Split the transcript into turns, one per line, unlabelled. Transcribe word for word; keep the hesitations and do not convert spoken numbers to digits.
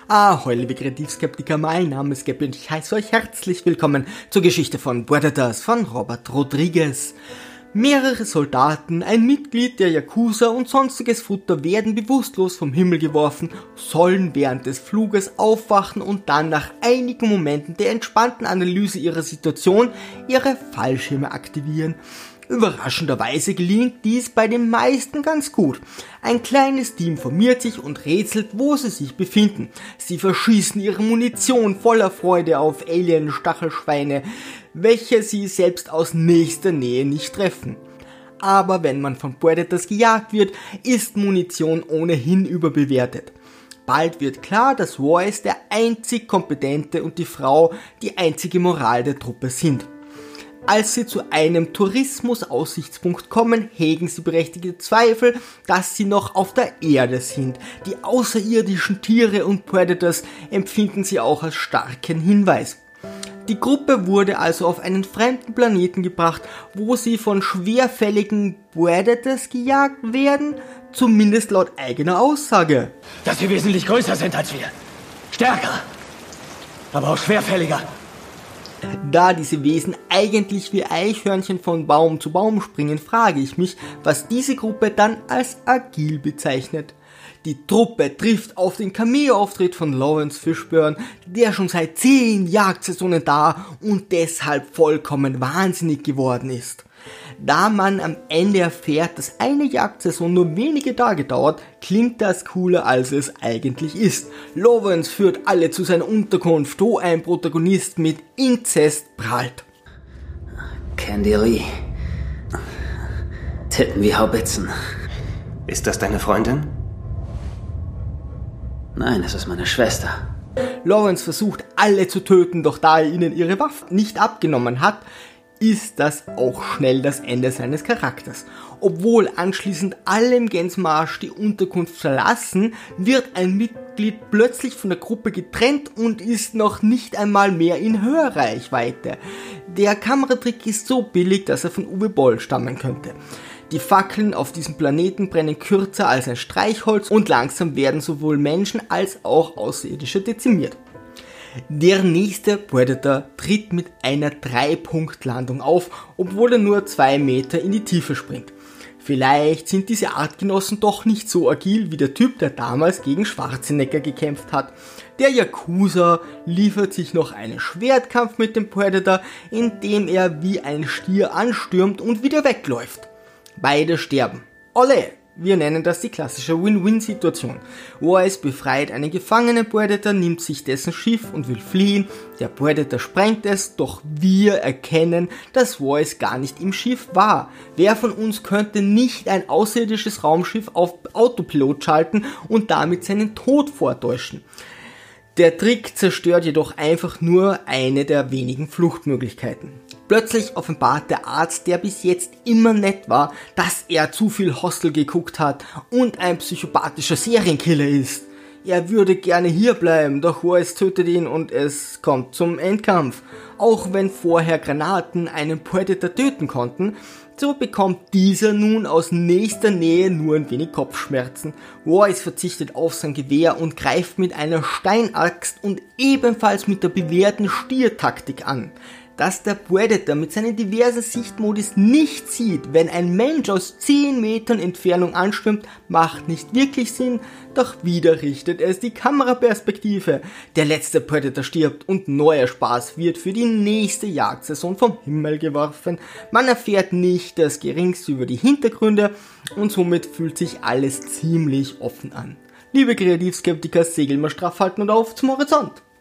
Ahoi, liebe Kreativskeptiker, mein Name ist Gabby und ich heiße euch herzlich willkommen zur Geschichte von Predators von Robert Rodriguez. Mehrere Soldaten, ein Mitglied der Yakuza und sonstiges Futter werden bewusstlos vom Himmel geworfen, sollen während des Fluges aufwachen und dann nach einigen Momenten der entspannten Analyse ihrer Situation ihre Fallschirme aktivieren. Überraschenderweise gelingt dies bei den meisten ganz gut. Ein kleines Team formiert sich und rätselt, wo sie sich befinden. Sie verschießen ihre Munition voller Freude auf Alien-Stachelschweine, welche sie selbst aus nächster Nähe nicht treffen. Aber wenn man von Predators gejagt wird, ist Munition ohnehin überbewertet. Bald wird klar, dass Royce der einzig Kompetente und die Frau die einzige Moral der Truppe sind. Als sie zu einem Tourismus-Aussichtspunkt kommen, hegen sie berechtigte Zweifel, dass sie noch auf der Erde sind. Die außerirdischen Tiere und Predators empfinden sie auch als starken Hinweis. Die Gruppe wurde also auf einen fremden Planeten gebracht, wo sie von schwerfälligen Predators gejagt werden, zumindest laut eigener Aussage.
Dass sie wesentlich größer sind als wir. Stärker, aber auch schwerfälliger.
Da diese Wesen eigentlich wie Eichhörnchen von Baum zu Baum springen, frage ich mich, was diese Gruppe dann als agil bezeichnet. Die Truppe trifft auf den Cameo-Auftritt von Lawrence Fishburne, der schon seit zehn Jagdsaisonen da und deshalb vollkommen wahnsinnig geworden ist. Da man am Ende erfährt, dass eine Jagdsaison nur wenige Tage dauert, klingt das cooler, als es eigentlich ist. Lawrence führt alle zu seiner Unterkunft, wo ein Protagonist mit Inzest prahlt.
Candy Lee. Titten wie Haubitzen.
Ist das deine Freundin?
Nein, es ist meine Schwester.
Lawrence versucht alle zu töten, doch da er ihnen ihre Waffen nicht abgenommen hat, ist das auch schnell das Ende seines Charakters. Obwohl anschließend alle im Gänsemarsch die Unterkunft verlassen, wird ein Mitglied plötzlich von der Gruppe getrennt und ist noch nicht einmal mehr in Hörreichweite. Der Kameratrick ist so billig, dass er von Uwe Boll stammen könnte. Die Fackeln auf diesem Planeten brennen kürzer als ein Streichholz und langsam werden sowohl Menschen als auch Außerirdische dezimiert. Der nächste Predator tritt mit einer Drei-Punkt-Landung auf, obwohl er nur zwei Meter in die Tiefe springt. Vielleicht sind diese Artgenossen doch nicht so agil wie der Typ, der damals gegen Schwarzenegger gekämpft hat. Der Yakuza liefert sich noch einen Schwertkampf mit dem Predator, indem er wie ein Stier anstürmt und wieder wegläuft. Beide sterben. Olle! Wir nennen das die klassische Win-Win-Situation. Royce befreit einen gefangenen Predator, nimmt sich dessen Schiff und will fliehen. Der Predator sprengt es, doch wir erkennen, dass Royce gar nicht im Schiff war. Wer von uns könnte nicht ein außerirdisches Raumschiff auf Autopilot schalten und damit seinen Tod vortäuschen? Der Trick zerstört jedoch einfach nur eine der wenigen Fluchtmöglichkeiten. Plötzlich offenbart der Arzt, der bis jetzt immer nett war, dass er zu viel Hostel geguckt hat und ein psychopathischer Serienkiller ist. Er würde gerne hier bleiben, doch Royce tötet ihn und es kommt zum Endkampf. Auch wenn vorher Granaten einen Predator töten konnten, so bekommt dieser nun aus nächster Nähe nur ein wenig Kopfschmerzen. Royce verzichtet auf sein Gewehr und greift mit einer Steinaxt und ebenfalls mit der bewährten Stiertaktik an. Dass der Predator mit seinen diversen Sichtmodis nicht sieht, wenn ein Mensch aus zehn Metern Entfernung anstürmt, macht nicht wirklich Sinn, doch wieder richtet es die Kameraperspektive. Der letzte Predator stirbt und neuer Spaß wird für die nächste Jagdsaison vom Himmel geworfen. Man erfährt nicht das Geringste über die Hintergründe und somit fühlt sich alles ziemlich offen an. Liebe Kreativskeptiker, segeln wir straff halten und auf zum Horizont!